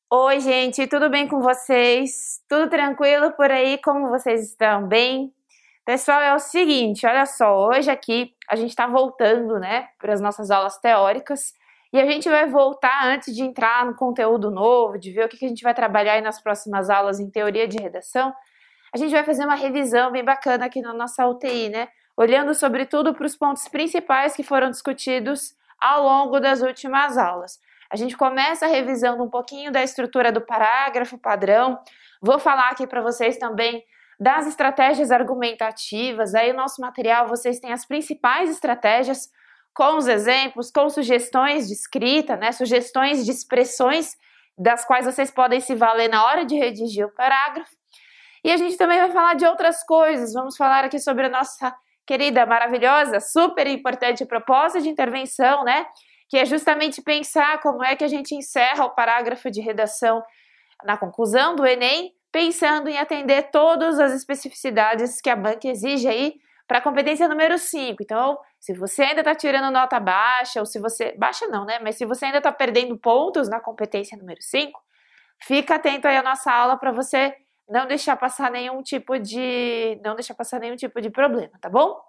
Oi, gente, tudo bem com vocês? Tudo tranquilo por aí? Como vocês estão? Bem? Pessoal, é o seguinte, olha só, hoje aqui a gente está voltando, né, para as nossas aulas teóricas e a gente vai voltar antes de entrar no conteúdo novo, de ver o que a gente vai trabalhar aí nas próximas aulas em teoria de redação. A gente vai fazer uma revisão bem bacana aqui na nossa UTI, né, olhando sobretudo para os pontos principais que foram discutidos ao longo das últimas aulas. A gente começa revisando um pouquinho da estrutura do parágrafo padrão. Vou falar aqui para vocês também das estratégias argumentativas. Aí no nosso material vocês têm as principais estratégias com os exemplos, com sugestões de escrita, né, sugestões de expressões das quais vocês podem se valer na hora de redigir o parágrafo. E a gente também vai falar de outras coisas. Vamos falar aqui sobre a nossa querida, maravilhosa, super importante proposta de intervenção, né? Que é justamente pensar como é que a gente encerra o parágrafo de redação na conclusão do Enem, pensando em atender todas as especificidades que a banca exige aí para a competência número 5. Então, se você ainda está tirando nota baixa, ou se você... Baixa não, né? Mas se você ainda está perdendo pontos na competência número 5, fica atento aí à nossa aula para você não deixar passar nenhum tipo de problema, tá bom?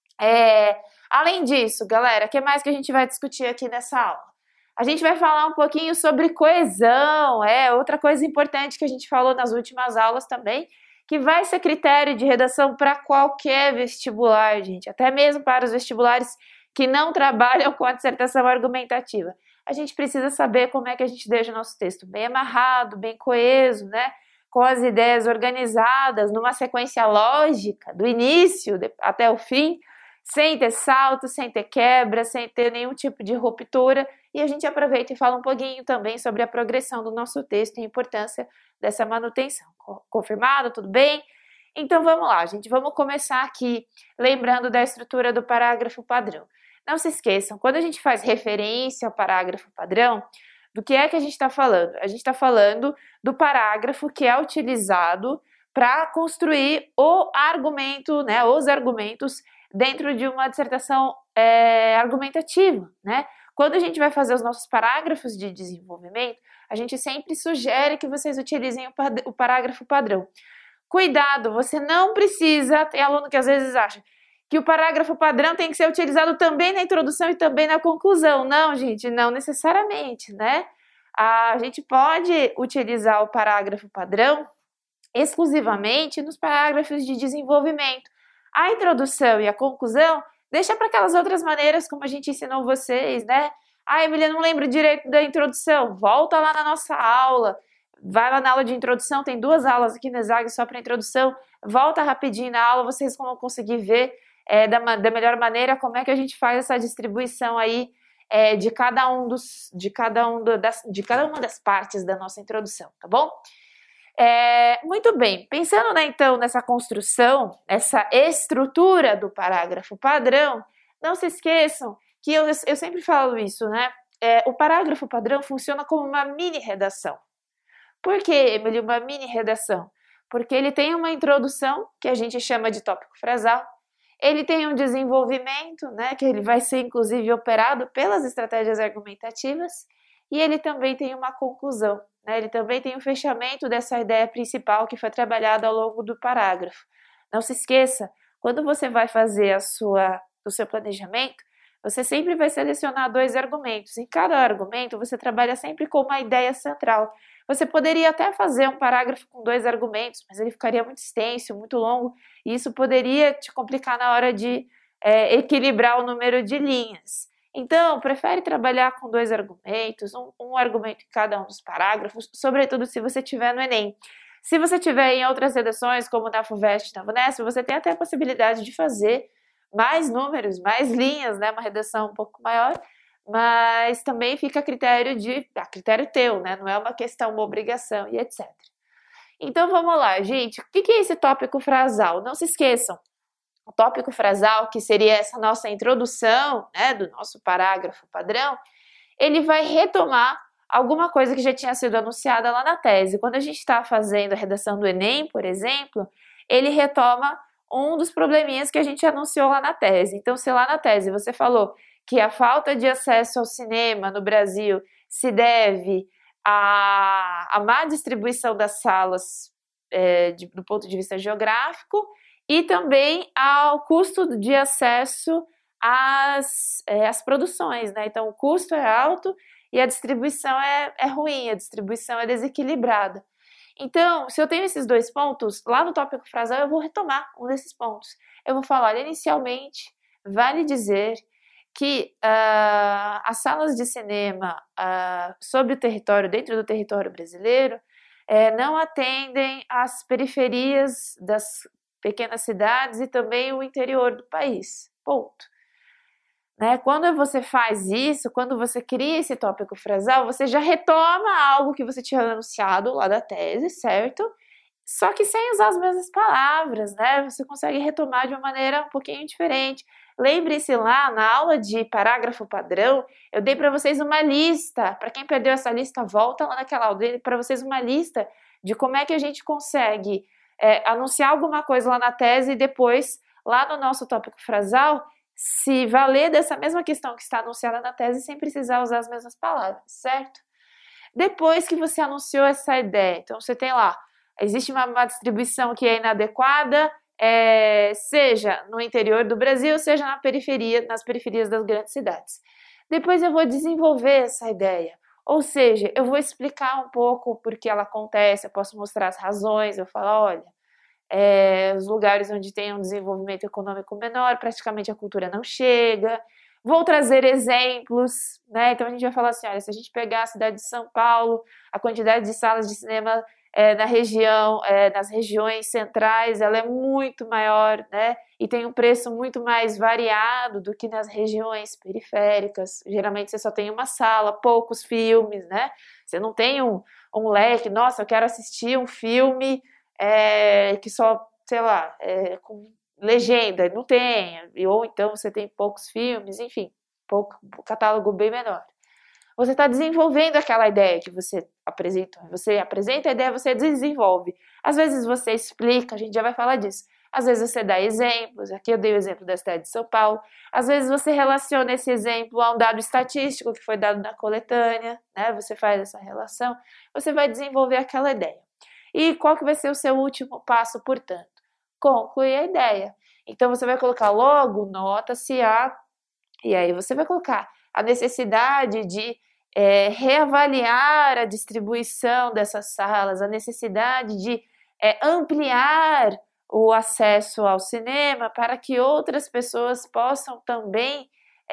Além disso, galera, o que mais que a gente vai discutir aqui nessa aula? A gente vai falar um pouquinho sobre coesão, outra coisa importante que a gente falou nas últimas aulas também, que vai ser critério de redação para qualquer vestibular, gente, até mesmo para os vestibulares que não trabalham com a dissertação argumentativa. A gente precisa saber como é que a gente deixa o nosso texto bem amarrado, bem coeso, né? Com as ideias organizadas, numa sequência lógica, do início até o fim, sem ter salto, sem ter quebra, sem ter nenhum tipo de ruptura. E a gente aproveita e fala um pouquinho também sobre a progressão do nosso texto e a importância dessa manutenção. Confirmado? Tudo bem? Então vamos lá, gente. Vamos começar aqui lembrando da estrutura do parágrafo padrão. Não se esqueçam, quando a gente faz referência ao parágrafo padrão, do que é que a gente está falando? A gente está falando do parágrafo que é utilizado para construir o argumento, né, os argumentos dentro de uma dissertação argumentativa, né? Quando a gente vai fazer os nossos parágrafos de desenvolvimento, a gente sempre sugere que vocês utilizem o parágrafo padrão. Cuidado, você não precisa, tem aluno que às vezes acha que o parágrafo padrão tem que ser utilizado também na introdução e também na conclusão. Não, gente, não necessariamente, né? A gente pode utilizar o parágrafo padrão exclusivamente nos parágrafos de desenvolvimento. A introdução e a conclusão, deixa para aquelas outras maneiras como a gente ensinou vocês, né? Emília, não lembro direito da introdução. Volta lá na nossa aula. Vai lá na aula de introdução, tem 2 aulas aqui no ESAG só para introdução. Volta rapidinho na aula, vocês vão conseguir ver da melhor maneira como é que a gente faz essa distribuição aí de cada uma das partes da nossa introdução, tá bom? Muito bem, pensando, né, então nessa construção, essa estrutura do parágrafo padrão, não se esqueçam que eu sempre falo isso, né? O parágrafo padrão funciona como uma mini redação. Por que, Emily, uma mini redação? Porque ele tem uma introdução, que a gente chama de tópico frasal, ele tem um desenvolvimento, né, que ele vai ser inclusive operado pelas estratégias argumentativas, e ele também tem uma conclusão, né, ele também tem um fechamento dessa ideia principal que foi trabalhada ao longo do parágrafo. Não se esqueça, quando você vai fazer o seu planejamento, você sempre vai selecionar 2 argumentos. Em cada argumento, você trabalha sempre com uma ideia central. Você poderia até fazer um parágrafo com 2 argumentos, mas ele ficaria muito extenso, muito longo, e isso poderia te complicar na hora de equilibrar o número de linhas. Então, prefere trabalhar com 2 argumentos, um argumento em cada um dos parágrafos, sobretudo se você tiver no Enem. Se você tiver em outras redações, como na FUVEST e na VUNESP, você tem até a possibilidade de fazer mais números, mais linhas, né? Uma redação um pouco maior, mas também fica a critério teu, né? Não é uma questão, uma obrigação e etc. Então vamos lá, gente. O que é esse tópico frasal? Não se esqueçam, o tópico frasal, que seria essa nossa introdução, né, do nosso parágrafo padrão, ele vai retomar alguma coisa que já tinha sido anunciada lá na tese. Quando a gente está fazendo a redação do Enem, por exemplo, ele retoma um dos probleminhas que a gente anunciou lá na tese. Então, se lá na tese você falou que a falta de acesso ao cinema no Brasil se deve a má distribuição das salas do ponto de vista geográfico e também ao custo de acesso às produções, né? Então, o custo é alto e a distribuição é ruim, a distribuição é desequilibrada. Então, se eu tenho esses dois pontos, lá no tópico frasal eu vou retomar um desses pontos. Eu vou falar, olha, inicialmente, vale dizer que as salas de cinema sobre o território, dentro do território brasileiro, não atendem às periferias das pequenas cidades e também o interior do país. Ponto. Né? Quando você faz isso, quando você cria esse tópico frasal, você já retoma algo que você tinha anunciado lá da tese, certo? Só que sem usar as mesmas palavras, né? Você consegue retomar de uma maneira um pouquinho diferente. Lembre-se lá, na aula de parágrafo padrão, eu dei para vocês uma lista. Para quem perdeu essa lista, volta lá naquela aula, dei para vocês uma lista de como é que a gente consegue anunciar alguma coisa lá na tese e depois, lá no nosso tópico frasal, se valer dessa mesma questão que está anunciada na tese sem precisar usar as mesmas palavras, certo? Depois que você anunciou essa ideia, então você tem lá, existe uma distribuição que é inadequada, seja no interior do Brasil, seja nas periferias das grandes cidades. Depois eu vou desenvolver essa ideia, ou seja, eu vou explicar um pouco por que ela acontece, eu posso mostrar as razões, eu falo, olha, os lugares onde tem um desenvolvimento econômico menor, praticamente a cultura não chega. Vou trazer exemplos, né? Então a gente vai falar assim, olha, se a gente pegar a cidade de São Paulo, a quantidade de salas de cinema na região, nas regiões centrais, ela é muito maior, né? E tem um preço muito mais variado do que nas regiões periféricas. Geralmente você só tem uma sala, poucos filmes, né? Você não tem um leque, nossa, eu quero assistir um filme que só, sei lá, com legenda, não tem, ou então você tem poucos filmes, enfim, um catálogo bem menor. Você está desenvolvendo aquela ideia que você apresenta a ideia, você desenvolve. Às vezes você explica, a gente já vai falar disso. Às vezes você dá exemplos, aqui eu dei o exemplo da cidade de São Paulo. Às vezes você relaciona esse exemplo a um dado estatístico que foi dado na coletânea, né? Você faz essa relação, você vai desenvolver aquela ideia. E qual que vai ser o seu último passo, portanto? Concluir a ideia. Então, você vai colocar logo, nota-se e aí você vai colocar a necessidade de reavaliar a distribuição dessas salas, a necessidade de ampliar o acesso ao cinema para que outras pessoas possam também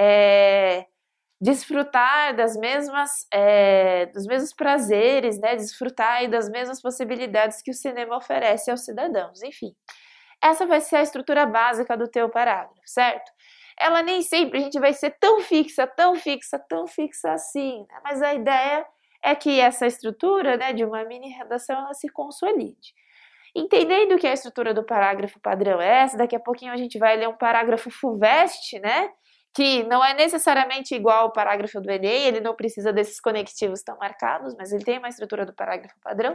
desfrutar dos mesmos prazeres, né? Desfrutar das mesmas possibilidades que o cinema oferece aos cidadãos. Enfim, essa vai ser a estrutura básica do teu parágrafo, certo? Ela nem sempre a gente vai ser tão fixa assim, né? Mas a ideia é que essa estrutura, né, de uma mini redação, ela se consolide. Entendendo que a estrutura do parágrafo padrão é essa, daqui a pouquinho a gente vai ler um parágrafo FUVEST, né? Que não é necessariamente igual ao parágrafo do Enem, ele não precisa desses conectivos tão marcados, mas ele tem uma estrutura do parágrafo padrão.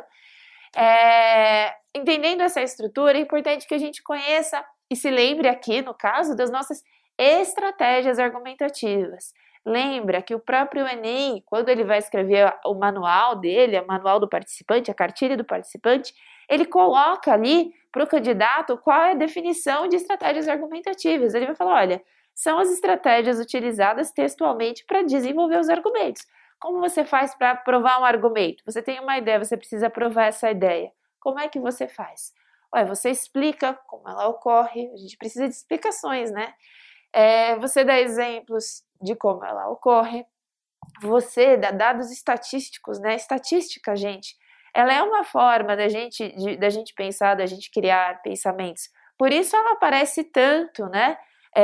Entendendo essa estrutura, é importante que a gente conheça e se lembre aqui, no caso, das nossas estratégias argumentativas. Lembra que o próprio Enem, quando ele vai escrever o manual dele, o manual do participante, a cartilha do participante, ele coloca ali para o candidato qual é a definição de estratégias argumentativas. Ele vai falar, olha, são as estratégias utilizadas textualmente para desenvolver os argumentos. Como você faz para provar um argumento? Você tem uma ideia, você precisa provar essa ideia. Como é que você faz? Olha, você explica como ela ocorre, a gente precisa de explicações, né? Você dá exemplos de como ela ocorre, você dá dados estatísticos, né? Estatística, gente, ela é uma forma da gente pensar, da gente criar pensamentos. Por isso ela aparece tanto, né?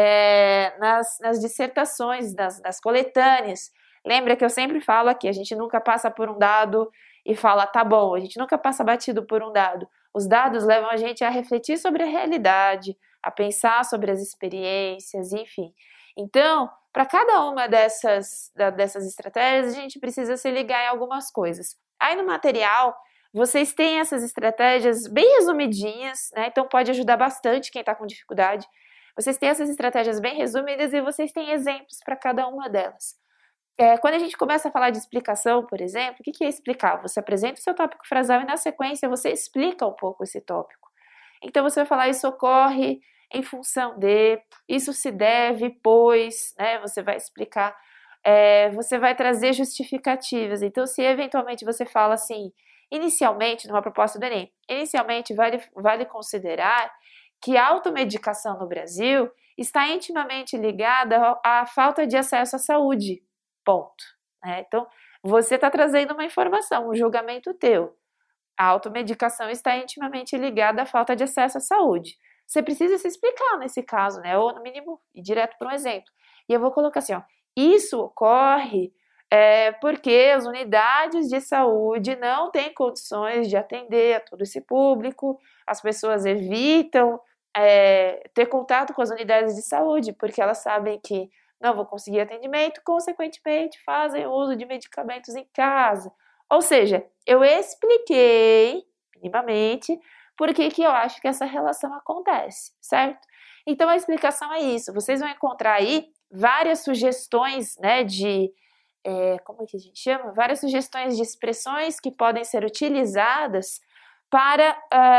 Nas dissertações, nas coletâneas. Lembra que eu sempre falo aqui, a gente nunca passa por um dado e fala, tá bom, a gente nunca passa batido por um dado. Os dados levam a gente a refletir sobre a realidade, a pensar sobre as experiências, enfim. Então, para cada uma dessas estratégias, a gente precisa se ligar em algumas coisas. Aí no material, vocês têm essas estratégias bem resumidinhas, né? Então pode ajudar bastante quem está com dificuldade. Vocês têm essas estratégias bem resumidas e vocês têm exemplos para cada uma delas. Quando a gente começa a falar de explicação, por exemplo, o que é explicar? Você apresenta o seu tópico frasal e na sequência você explica um pouco esse tópico. Então você vai falar, isso ocorre em função de, isso se deve, pois, né? Você vai explicar, você vai trazer justificativas. Então, se eventualmente você fala assim, inicialmente, numa proposta do Enem, inicialmente vale considerar que a automedicação no Brasil está intimamente ligada à falta de acesso à saúde, ponto. Então, você está trazendo uma informação, um julgamento teu. A automedicação está intimamente ligada à falta de acesso à saúde. Você precisa se explicar nesse caso, né? Ou, no mínimo, ir direto para um exemplo. E eu vou colocar assim, ó, isso ocorre porque as unidades de saúde não têm condições de atender a todo esse público, as pessoas evitam ter contato com as unidades de saúde, porque elas sabem que não vão conseguir atendimento, consequentemente fazem uso de medicamentos em casa. Ou seja, eu expliquei, minimamente, por que eu acho que essa relação acontece, certo? Então a explicação é isso, vocês vão encontrar aí várias sugestões, né, como é que a gente chama? Várias sugestões de expressões que podem ser utilizadas para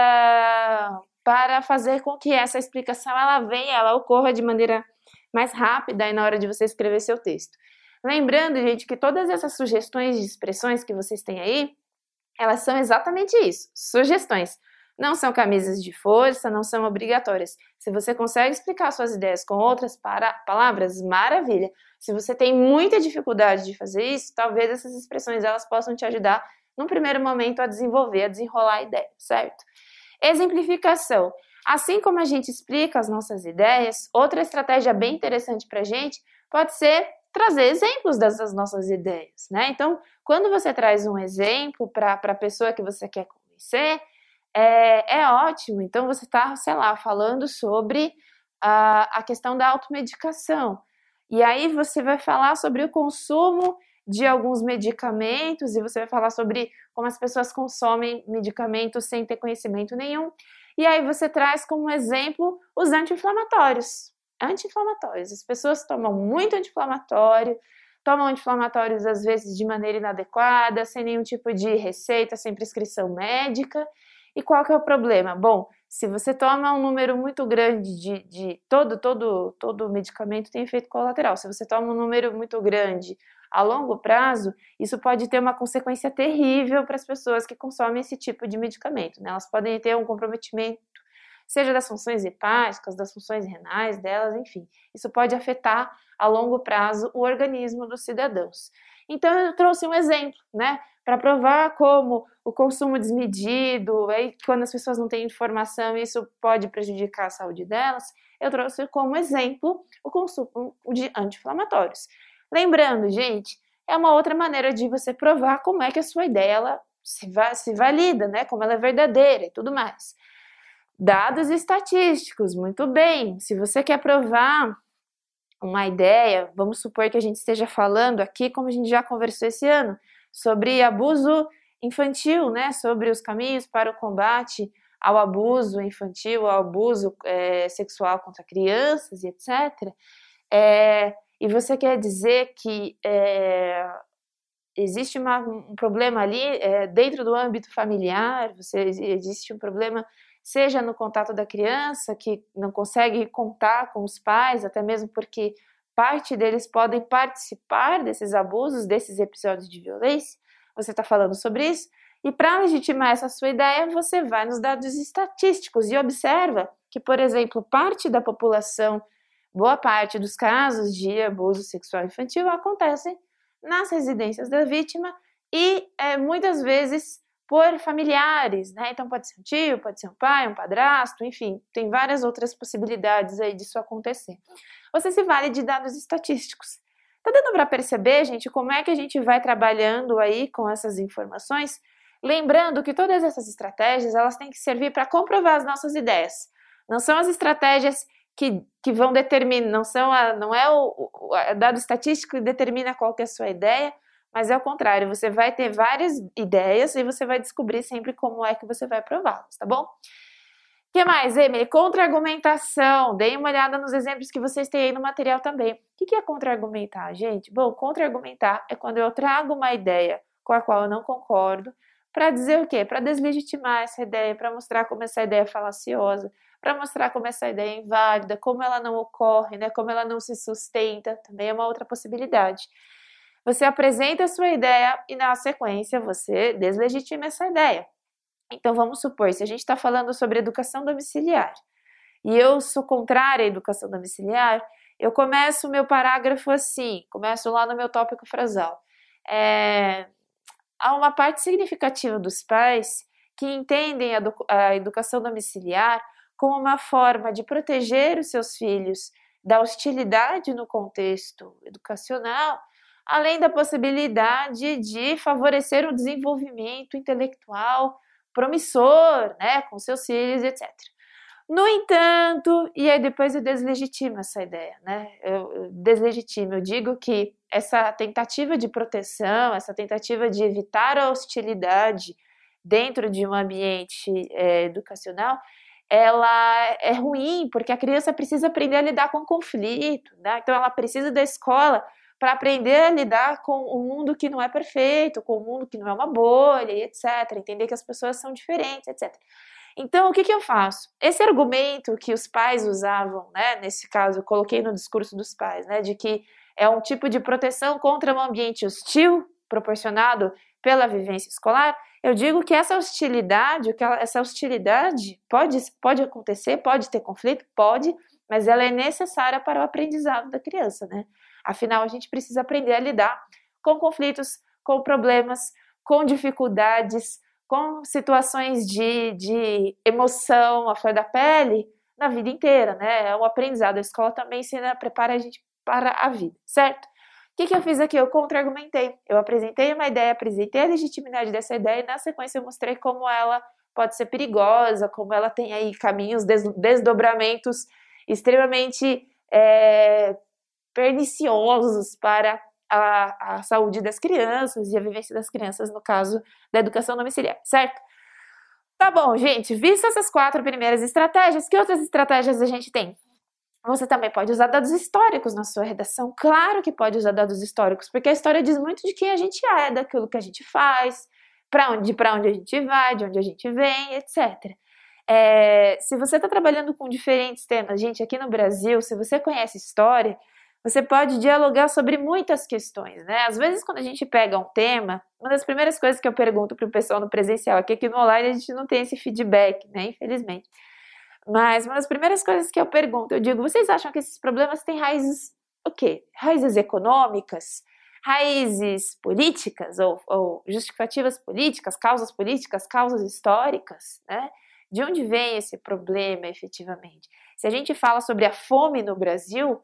fazer com que essa explicação ela ocorra de maneira mais rápida e na hora de você escrever seu texto. Lembrando, gente, que todas essas sugestões de expressões que vocês têm aí, elas são exatamente isso, sugestões. Não são camisas de força, não são obrigatórias. Se você consegue explicar suas ideias com outras palavras, maravilha. Se você tem muita dificuldade de fazer isso, talvez essas expressões elas possam te ajudar, num primeiro momento, a desenvolver, a desenrolar a ideia, certo? Exemplificação. Assim como a gente explica as nossas ideias, outra estratégia bem interessante para a gente pode ser trazer exemplos dessas nossas ideias, né? Então, quando você traz um exemplo para a pessoa que você quer convencer, é ótimo. Então, você está, sei lá, falando sobre a questão da automedicação. E aí você vai falar sobre o consumo de alguns medicamentos e você vai falar sobre como as pessoas consomem medicamentos sem ter conhecimento nenhum. E aí você traz como exemplo os anti-inflamatórios. Anti-inflamatórios. As pessoas tomam muito anti-inflamatório, tomam anti-inflamatórios às vezes de maneira inadequada, sem nenhum tipo de receita, sem prescrição médica. E qual que é o problema? Bom, se você toma um número muito grande de todo medicamento tem efeito colateral. Se você toma um número muito grande a longo prazo, isso pode ter uma consequência terrível para as pessoas que consomem esse tipo de medicamento, né? Elas podem ter um comprometimento, seja das funções hepáticas, das funções renais delas, enfim. Isso pode afetar a longo prazo o organismo dos cidadãos. Então eu trouxe um exemplo, né? Para provar como o consumo desmedido, aí quando as pessoas não têm informação, isso pode prejudicar a saúde delas, eu trouxe como exemplo o consumo de anti-inflamatórios. Lembrando, gente, é uma outra maneira de você provar como é que a sua ideia ela se valida, né? Como ela é verdadeira e tudo mais. Dados estatísticos, muito bem. Se você quer provar uma ideia, vamos supor que a gente esteja falando aqui, como a gente já conversou esse ano, sobre abuso infantil, né? Sobre os caminhos para o combate ao abuso infantil, ao abuso sexual contra crianças e etc. E você quer dizer que existe um problema ali dentro do âmbito familiar, existe um problema, seja no contato da criança, que não consegue contar com os pais, até mesmo porque parte deles podem participar desses abusos, desses episódios de violência. Você está falando sobre isso? E para legitimar essa sua ideia, você vai nos dados estatísticos e observa que, por exemplo, parte da população, boa parte dos casos de abuso sexual infantil acontecem nas residências da vítima e muitas vezes por familiares, né? Então pode ser um tio, pode ser um pai, um padrasto, enfim, tem várias outras possibilidades aí disso acontecer. Você se vale de dados estatísticos. Tá dando para perceber, gente, como é que a gente vai trabalhando aí com essas informações? Lembrando que todas essas estratégias, elas têm que servir para comprovar as nossas ideias. Não são as estratégias que vão determinar, não é o dado estatístico que determina qual que é a sua ideia, mas é o contrário, você vai ter várias ideias e você vai descobrir sempre como é que você vai prová-las, tá bom? Que mais, Emily? Contra-argumentação. Deem uma olhada nos exemplos que vocês têm aí no material também. O que é contra-argumentar, gente? Bom, contra-argumentar é quando eu trago uma ideia com a qual eu não concordo, para dizer o quê? Para deslegitimar essa ideia, para mostrar como essa ideia é falaciosa, para mostrar como essa ideia é inválida, como ela não ocorre, né? Como ela não se sustenta, também é uma outra possibilidade. Você apresenta a sua ideia e, na sequência, você deslegitima essa ideia. Então, vamos supor, se a gente está falando sobre educação domiciliar e eu sou contrária à educação domiciliar, eu começo o meu parágrafo assim, começo lá no meu tópico frasal. Há uma parte significativa dos pais que entendem a educação domiciliar como uma forma de proteger os seus filhos da hostilidade no contexto educacional, além da possibilidade de favorecer o desenvolvimento intelectual promissor, né, com seus filhos, etc. No entanto, e aí depois eu deslegitimo essa ideia, né? Eu digo que essa tentativa de proteção, essa tentativa de evitar a hostilidade dentro de um ambiente educacional, ela é ruim, porque a criança precisa aprender a lidar com o conflito, né? Então ela precisa da escola para aprender a lidar com o mundo que não é perfeito, com o mundo que não é uma bolha, etc. Entender que as pessoas são diferentes, etc. Então, o que eu faço? Esse argumento que os pais usavam, né, nesse caso, eu coloquei no discurso dos pais, né, de que é um tipo de proteção contra um ambiente hostil, proporcionado pela vivência escolar, eu digo que essa hostilidade pode acontecer, pode ter conflito, pode, mas ela é necessária para o aprendizado da criança, né? Afinal, a gente precisa aprender a lidar com conflitos, com problemas, com dificuldades, com situações de emoção à flor da pele na vida inteira, né? É um aprendizado. A escola também prepara a gente para a vida, certo? O que eu fiz aqui? Eu contra-argumentei. Eu apresentei uma ideia, apresentei a legitimidade dessa ideia e na sequência eu mostrei como ela pode ser perigosa, como ela tem aí caminhos, desdobramentos extremamente perniciosos para a saúde das crianças e a vivência das crianças, no caso da educação domiciliar, certo? Tá bom, gente, visto essas 4 primeiras estratégias, que outras estratégias a gente tem? Você também pode usar dados históricos na sua redação, claro que pode usar dados históricos, porque a história diz muito de quem a gente é, daquilo que a gente faz, para onde a gente vai, de onde a gente vem, etc. Se você está trabalhando com diferentes temas, gente, aqui no Brasil, se você conhece história, você pode dialogar sobre muitas questões, né? Às vezes, quando a gente pega um tema, uma das primeiras coisas que eu pergunto para o pessoal no presencial, aqui no online a gente não tem esse feedback, né? Infelizmente. Mas uma das primeiras coisas que eu pergunto, eu digo, vocês acham que esses problemas têm raízes, o quê? Raízes econômicas? Raízes políticas ou justificativas políticas, causas históricas, né? De onde vem esse problema efetivamente? Se a gente fala sobre a fome no Brasil,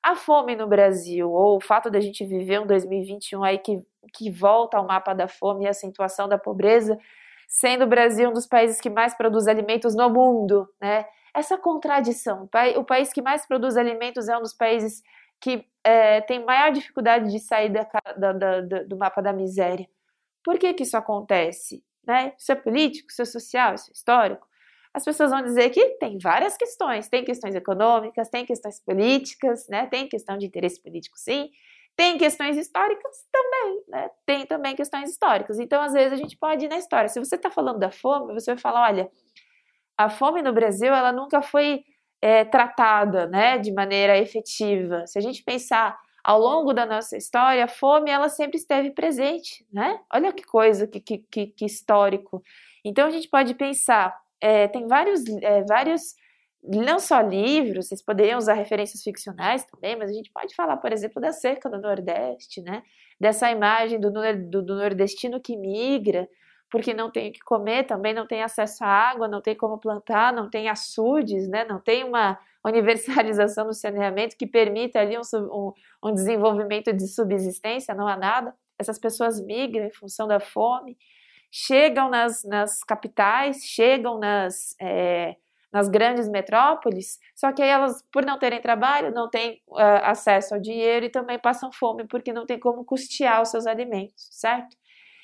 ou o fato da gente viver um 2021 aí que volta ao mapa da fome e a acentuação da pobreza, sendo o Brasil um dos países que mais produz alimentos no mundo, né? Essa contradição, o país que mais produz alimentos é um dos países que tem maior dificuldade de sair do mapa da miséria. Por que isso acontece? Né? Isso é político, isso é social, isso é histórico? As pessoas vão dizer que tem várias questões, tem questões econômicas, tem questões políticas, né? Tem questão de interesse político, sim, tem questões históricas também, né? Tem também questões históricas. Então, às vezes, a gente pode ir na história. Se você está falando da fome, você vai falar, olha, a fome no Brasil, ela nunca foi tratada, né, de maneira efetiva. Se a gente pensar ao longo da nossa história, a fome, ela sempre esteve presente, né? Olha que coisa, que histórico. Então, a gente pode pensar, tem vários, não só livros, vocês poderiam usar referências ficcionais também, mas a gente pode falar, por exemplo, da seca do Nordeste, né? Dessa imagem do nordestino que migra, porque não tem o que comer, também não tem acesso à água, não tem como plantar, não tem açudes, né? Não tem uma universalização do saneamento que permita ali um desenvolvimento de subsistência, não há nada. Essas pessoas migram em função da fome, chegam nas capitais, chegam nas grandes metrópoles, só que aí elas, por não terem trabalho, não têm acesso ao dinheiro e também passam fome porque não tem como custear os seus alimentos, certo?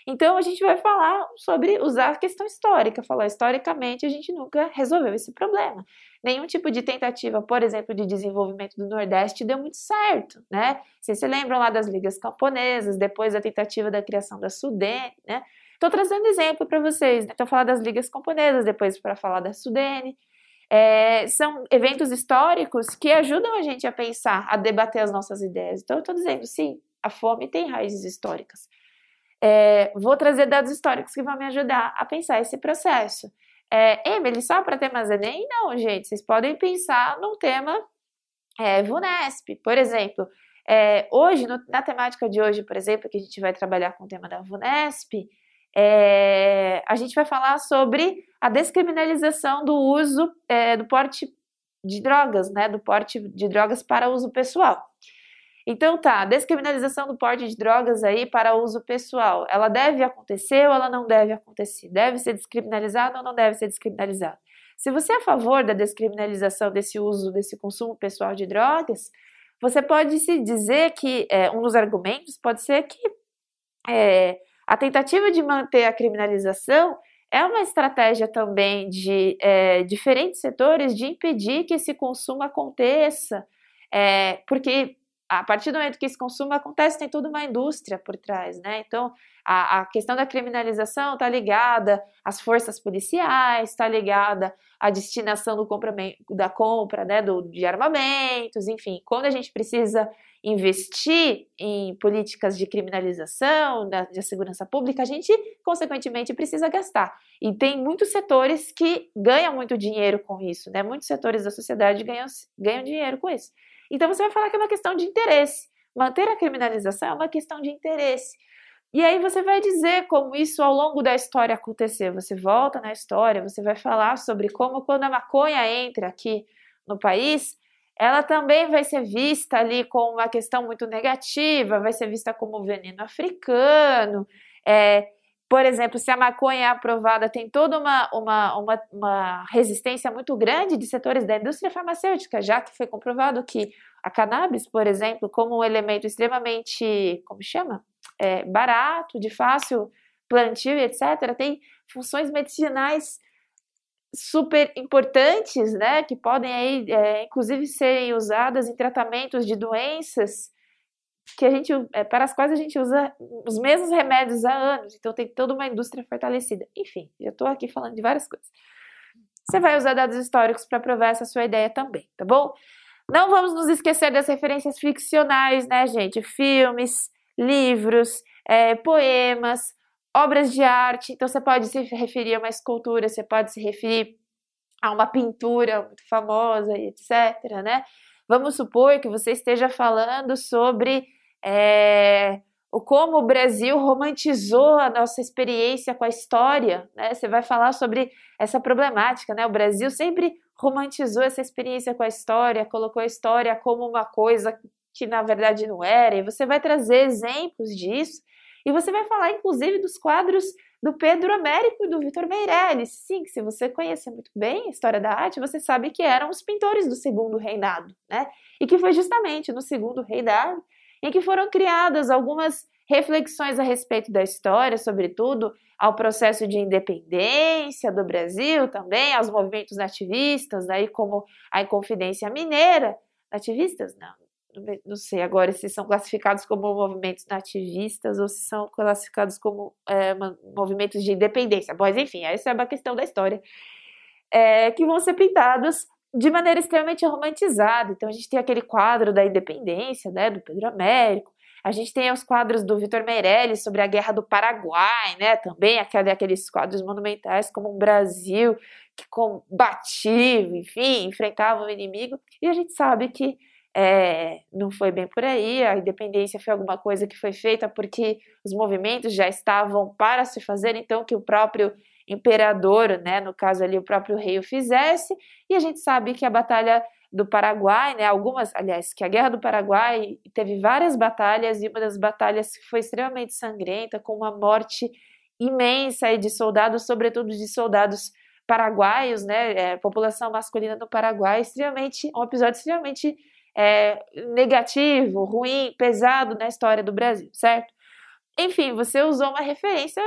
Então a gente vai falar sobre usar a questão histórica, falar historicamente a gente nunca resolveu esse problema. Nenhum tipo de tentativa, por exemplo, de desenvolvimento do Nordeste deu muito certo, né? Vocês se lembram lá das ligas camponesas, depois da tentativa da criação da Sudene, né? Estou trazendo exemplo para vocês, né? Então falar das ligas camponesas, depois para falar da Sudene. São eventos históricos que ajudam a gente a pensar, a debater as nossas ideias. Então eu estou dizendo, sim, a fome tem raízes históricas. Vou trazer dados históricos que vão me ajudar a pensar esse processo. Emily, só para temas Enem? Não, gente, vocês podem pensar num tema VUNESP, por exemplo. Hoje, na temática de hoje, por exemplo, que a gente vai trabalhar com o tema da VUNESP, a gente vai falar sobre a descriminalização do uso do porte de drogas, né, do porte de drogas para uso pessoal. Então tá, descriminalização do porte de drogas aí para uso pessoal, ela deve acontecer ou ela não deve acontecer? Deve ser descriminalizada ou não deve ser descriminalizada? Se você é a favor da descriminalização desse uso, desse consumo pessoal de drogas, você pode se dizer que um dos argumentos pode ser que a tentativa de manter a criminalização é uma estratégia também de diferentes setores de impedir que esse consumo aconteça, porque a partir do momento que esse consumo acontece, tem toda uma indústria por trás, né? Então, a questão da criminalização está ligada às forças policiais, está ligada à destinação da compra, né, de armamentos, enfim. Quando a gente precisa investir em políticas de criminalização, da segurança pública, a gente, consequentemente, precisa gastar. E tem muitos setores que ganham muito dinheiro com isso, né? Muitos setores da sociedade ganham dinheiro com isso. Então você vai falar que é uma questão de interesse. Manter a criminalização é uma questão de interesse. E aí você vai dizer como isso ao longo da história aconteceu. Você volta na história, você vai falar sobre como quando a maconha entra aqui no país, ela também vai ser vista ali como uma questão muito negativa, vai ser vista como veneno africano. Por exemplo, se a maconha é aprovada, tem toda uma resistência muito grande de setores da indústria farmacêutica, já que foi comprovado que a cannabis, por exemplo, como um elemento extremamente, barato, de fácil plantio, etc., tem funções medicinais super importantes, né, que podem aí, inclusive serem usadas em tratamentos de doenças para as quais a gente usa os mesmos remédios há anos, então tem toda uma indústria fortalecida. Enfim, já estou aqui falando de várias coisas. Você vai usar dados históricos para provar essa sua ideia também, tá bom? Não vamos nos esquecer das referências ficcionais, né, gente? Filmes, livros, poemas, obras de arte. Então você pode se referir a uma escultura, você pode se referir a uma pintura muito famosa, etc., né? Vamos supor que você esteja falando sobre como o Brasil romantizou a nossa experiência com a história, né? Você vai falar sobre essa problemática, né? O Brasil sempre romantizou essa experiência com a história, colocou a história como uma coisa que na verdade não era, e você vai trazer exemplos disso, e você vai falar inclusive dos quadros do Pedro Américo e do Vitor Meirelles. Sim, se você conhecer muito bem a história da arte, você sabe que eram os pintores do Segundo Reinado, né? E que foi justamente no Segundo Reinado em que foram criadas algumas reflexões a respeito da história, sobretudo ao processo de independência do Brasil também, aos movimentos nativistas, aí como a Inconfidência Mineira. Nativistas? Não sei agora se são classificados como movimentos nativistas ou se são classificados como movimentos de independência. Mas enfim, essa é uma questão da história, que vão ser pintados de maneira extremamente romantizada. Então a gente tem aquele quadro da independência, né, do Pedro Américo. A gente tem os quadros do Vitor Meirelles sobre a Guerra do Paraguai, né, também aqueles quadros monumentais como um Brasil que combatia, enfim, enfrentava o inimigo. E a gente sabe que não foi bem por aí. A independência foi alguma coisa que foi feita porque os movimentos já estavam para se fazer, então que o próprio imperador, né, no caso ali o próprio rei o fizesse, e a gente sabe que a Batalha do Paraguai, né, que a Guerra do Paraguai teve várias batalhas, e uma das batalhas que foi extremamente sangrenta, com uma morte imensa de soldados, sobretudo de soldados paraguaios, né, população masculina do Paraguai, um episódio extremamente negativo, ruim, pesado na história do Brasil, certo? Enfim, você usou uma referência,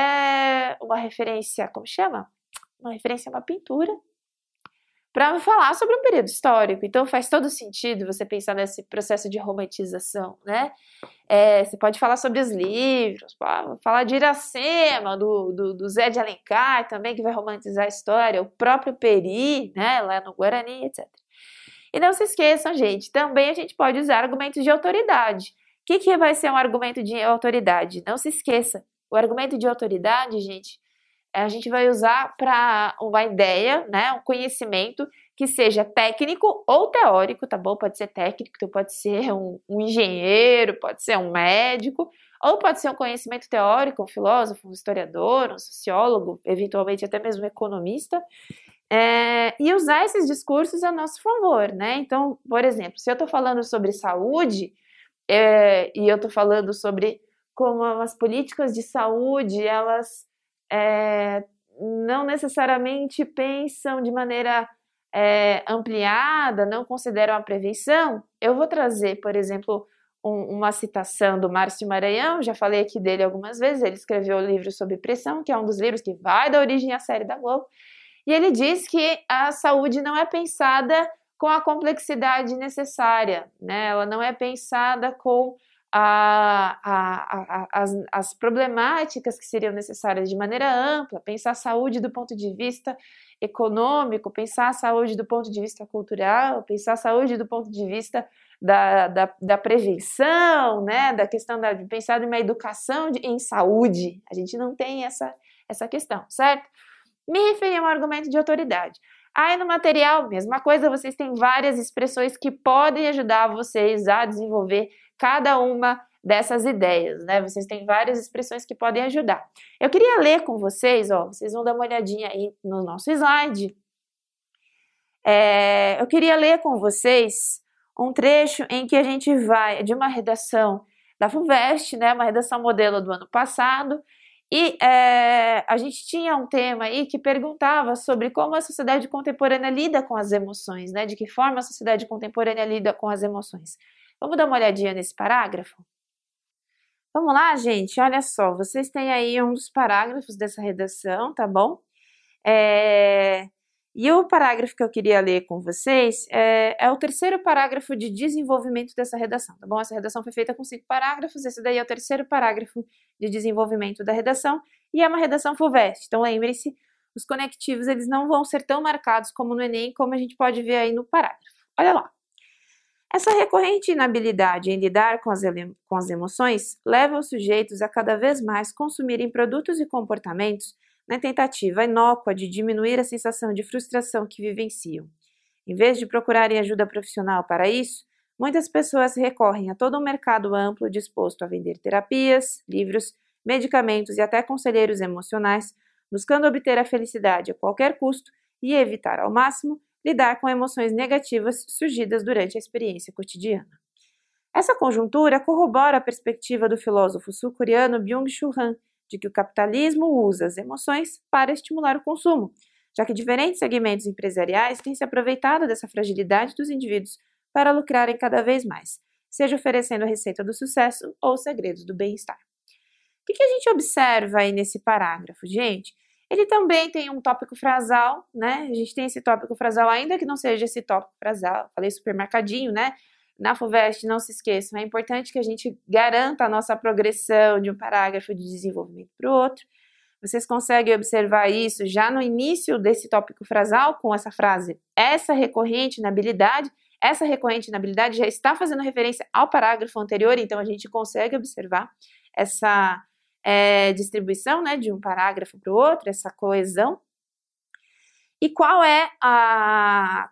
como chama? Uma referência a uma pintura, para falar sobre um período histórico. Então faz todo sentido você pensar nesse processo de romantização, né? Você pode falar sobre os livros, falar de Iracema, do Zé de Alencar também, que vai romantizar a história, o próprio Peri, né, lá no Guarani, etc. E não se esqueçam, gente, também a gente pode usar argumentos de autoridade. O que vai ser um argumento de autoridade? Não se esqueça, o argumento de autoridade, gente, a gente vai usar para uma ideia, né, um conhecimento que seja técnico ou teórico, tá bom? Pode ser técnico, então pode ser um engenheiro, pode ser um médico, ou pode ser um conhecimento teórico, um filósofo, um historiador, um sociólogo, eventualmente até mesmo um economista, e usar esses discursos a nosso favor, né? Então, por exemplo, se eu estou falando sobre saúde, e eu estou falando sobre como as políticas de saúde, elas não necessariamente pensam de maneira ampliada, não consideram a prevenção, eu vou trazer, por exemplo, uma citação do Márcio Maranhão, já falei aqui dele algumas vezes, ele escreveu o livro Sob Pressão, que é um dos livros que vai dar origem à série da Globo, e ele diz que a saúde não é pensada com a complexidade necessária, né? Ela não é pensada com as problemáticas que seriam necessárias de maneira ampla, pensar a saúde do ponto de vista econômico, pensar a saúde do ponto de vista cultural, pensar a saúde do ponto de vista da prevenção, né, da questão de pensar em uma educação em saúde. A gente não tem essa questão, certo? Me referi a um argumento de autoridade. Aí no material, mesma coisa, vocês têm várias expressões que podem ajudar vocês a desenvolver cada uma dessas ideias, né? Vocês têm várias expressões que podem ajudar. Eu queria ler com vocês, vocês vão dar uma olhadinha aí no nosso slide. Eu queria ler com vocês um trecho em que a gente vai de uma redação da FUVEST, né? Uma redação modelo do ano passado, e a gente tinha um tema aí que perguntava sobre como a sociedade contemporânea lida com as emoções, né? De que forma a sociedade contemporânea lida com as emoções. Vamos dar uma olhadinha nesse parágrafo? Vamos lá, gente? Olha só, vocês têm aí um dos parágrafos dessa redação, tá bom? E o parágrafo que eu queria ler com vocês é o terceiro parágrafo de desenvolvimento dessa redação, tá bom? Essa redação foi feita com 5 parágrafos, esse daí é o terceiro parágrafo de desenvolvimento da redação, e é uma redação FUVEST, então lembre-se, os conectivos eles não vão ser tão marcados como no Enem, como a gente pode ver aí no parágrafo. Olha lá. Essa recorrente inabilidade em lidar com as emoções leva os sujeitos a cada vez mais consumirem produtos e comportamentos na tentativa inócua de diminuir a sensação de frustração que vivenciam. Em vez de procurarem ajuda profissional para isso, muitas pessoas recorrem a todo um mercado amplo disposto a vender terapias, livros, medicamentos e até conselheiros emocionais, buscando obter a felicidade a qualquer custo e evitar ao máximo lidar com emoções negativas surgidas durante a experiência cotidiana. Essa conjuntura corrobora a perspectiva do filósofo sul-coreano Byung-Chul Han, de que o capitalismo usa as emoções para estimular o consumo, já que diferentes segmentos empresariais têm se aproveitado dessa fragilidade dos indivíduos para lucrarem cada vez mais, seja oferecendo a receita do sucesso ou segredos do bem-estar. O que a gente observa aí nesse parágrafo, gente? Ele também tem um tópico frasal, né? A gente tem esse tópico frasal, ainda que não seja esse tópico frasal, falei super marcadinho, né? Na FUVEST, não se esqueçam, é importante que a gente garanta a nossa progressão de um parágrafo de desenvolvimento para o outro. Vocês conseguem observar isso já no início desse tópico frasal, com essa frase, essa recorrente inabilidade já está fazendo referência ao parágrafo anterior, então a gente consegue observar essa distribuição, né, de um parágrafo para o outro, essa coesão. E qual é a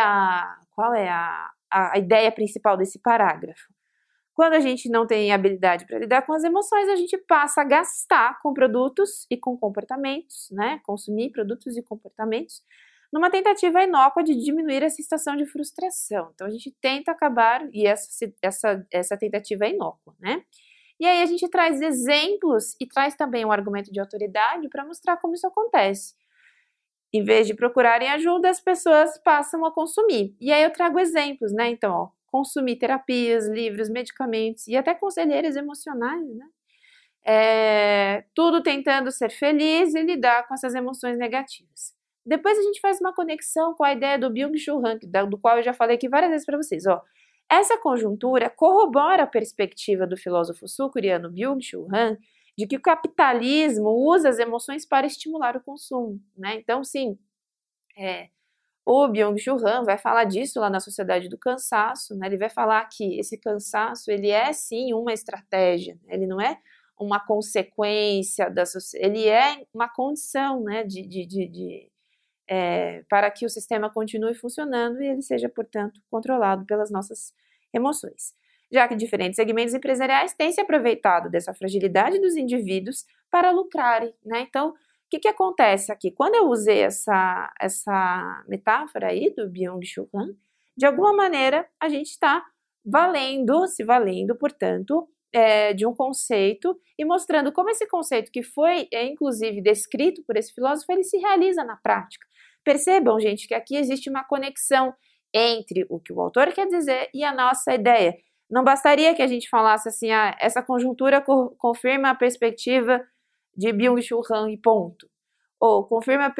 ideia principal desse parágrafo? Quando a gente não tem habilidade para lidar com as emoções, a gente passa a gastar com produtos e com comportamentos, né, consumir produtos e comportamentos, numa tentativa inócua de diminuir a sensação de frustração. Então a gente tenta acabar, e essa tentativa é inócua, né? E aí a gente traz exemplos e traz também um argumento de autoridade para mostrar como isso acontece. Em vez de procurarem ajuda, as pessoas passam a consumir. E aí eu trago exemplos, né? Então, consumir terapias, livros, medicamentos e até conselheiros emocionais, né? tudo tentando ser feliz e lidar com essas emoções negativas. Depois a gente faz uma conexão com a ideia do Byung-Chul Han, do qual eu já falei aqui várias vezes para vocês. Essa conjuntura corrobora a perspectiva do filósofo sul-coreano Byung-Chul Han de que o capitalismo usa as emoções para estimular o consumo, né? Então, sim, o Byung-Chul Han vai falar disso lá na Sociedade do Cansaço, né? Ele vai falar que esse cansaço, ele é sim uma estratégia, né? Ele não é uma consequência da sociedade, ele é uma condição, né, para que o sistema continue funcionando e ele seja, portanto, controlado pelas nossas emoções. Já que diferentes segmentos empresariais têm se aproveitado dessa fragilidade dos indivíduos para lucrarem, né? Então, o que acontece aqui? Quando eu usei essa metáfora aí do Byung-Chul Han, de alguma maneira a gente está se valendo, portanto, de um conceito e mostrando como esse conceito que foi, inclusive, descrito por esse filósofo, ele se realiza na prática. Percebam, gente, que aqui existe uma conexão entre o que o autor quer dizer e a nossa ideia. Não bastaria que a gente falasse assim, essa conjuntura confirma a perspectiva de Byung-Chul Han e ponto. Ou confirma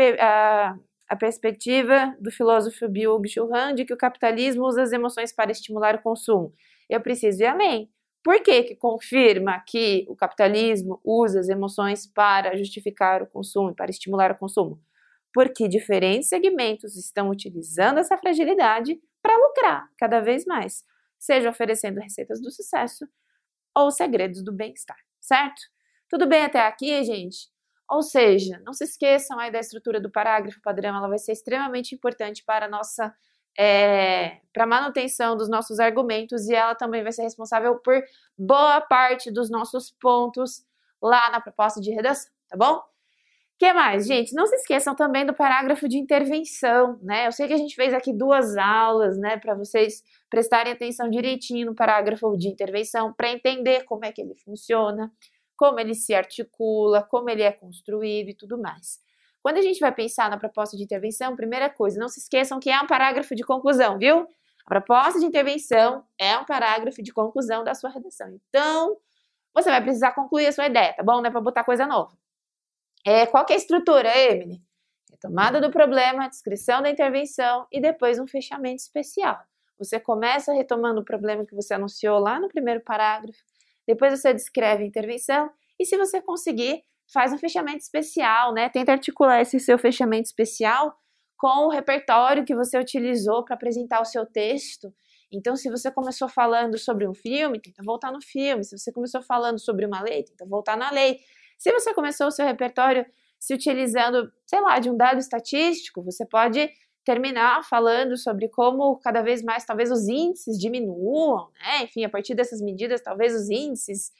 a perspectiva do filósofo Byung-Chul Han de que o capitalismo usa as emoções para estimular o consumo. Eu preciso ir além. Por que confirma que o capitalismo usa as emoções para justificar o consumo, para estimular o consumo? Porque diferentes segmentos estão utilizando essa fragilidade para lucrar cada vez mais, seja oferecendo receitas do sucesso ou segredos do bem-estar, certo? Tudo bem até aqui, gente? Ou seja, não se esqueçam aí da estrutura do parágrafo padrão, ela vai ser extremamente importante para a nossa para a manutenção dos nossos argumentos e ela também vai ser responsável por boa parte dos nossos pontos lá na proposta de redação, tá bom? O que mais, gente? Não se esqueçam também do parágrafo de intervenção, né? Eu sei que a gente fez aqui 2 aulas, né, para vocês prestarem atenção direitinho no parágrafo de intervenção para entender como é que ele funciona, como ele se articula, como ele é construído e tudo mais. Quando a gente vai pensar na proposta de intervenção, primeira coisa, não se esqueçam que é um parágrafo de conclusão, viu? A proposta de intervenção é um parágrafo de conclusão da sua redação. Então, você vai precisar concluir a sua ideia, tá bom? Não é para botar coisa nova. Qual que é a estrutura, Emily? Retomada do problema, descrição da intervenção e depois um fechamento especial. Você começa retomando o problema que você anunciou lá no primeiro parágrafo, depois você descreve a intervenção e, se você conseguir, faz um fechamento especial, né? Tenta articular esse seu fechamento especial com o repertório que você utilizou para apresentar o seu texto. Então, se você começou falando sobre um filme, tenta voltar no filme. Se você começou falando sobre uma lei, tenta voltar na lei. Se você começou o seu repertório se utilizando, sei lá, de um dado estatístico, você pode terminar falando sobre como cada vez mais talvez os índices diminuam, né? Enfim, a partir dessas medidas, talvez os índices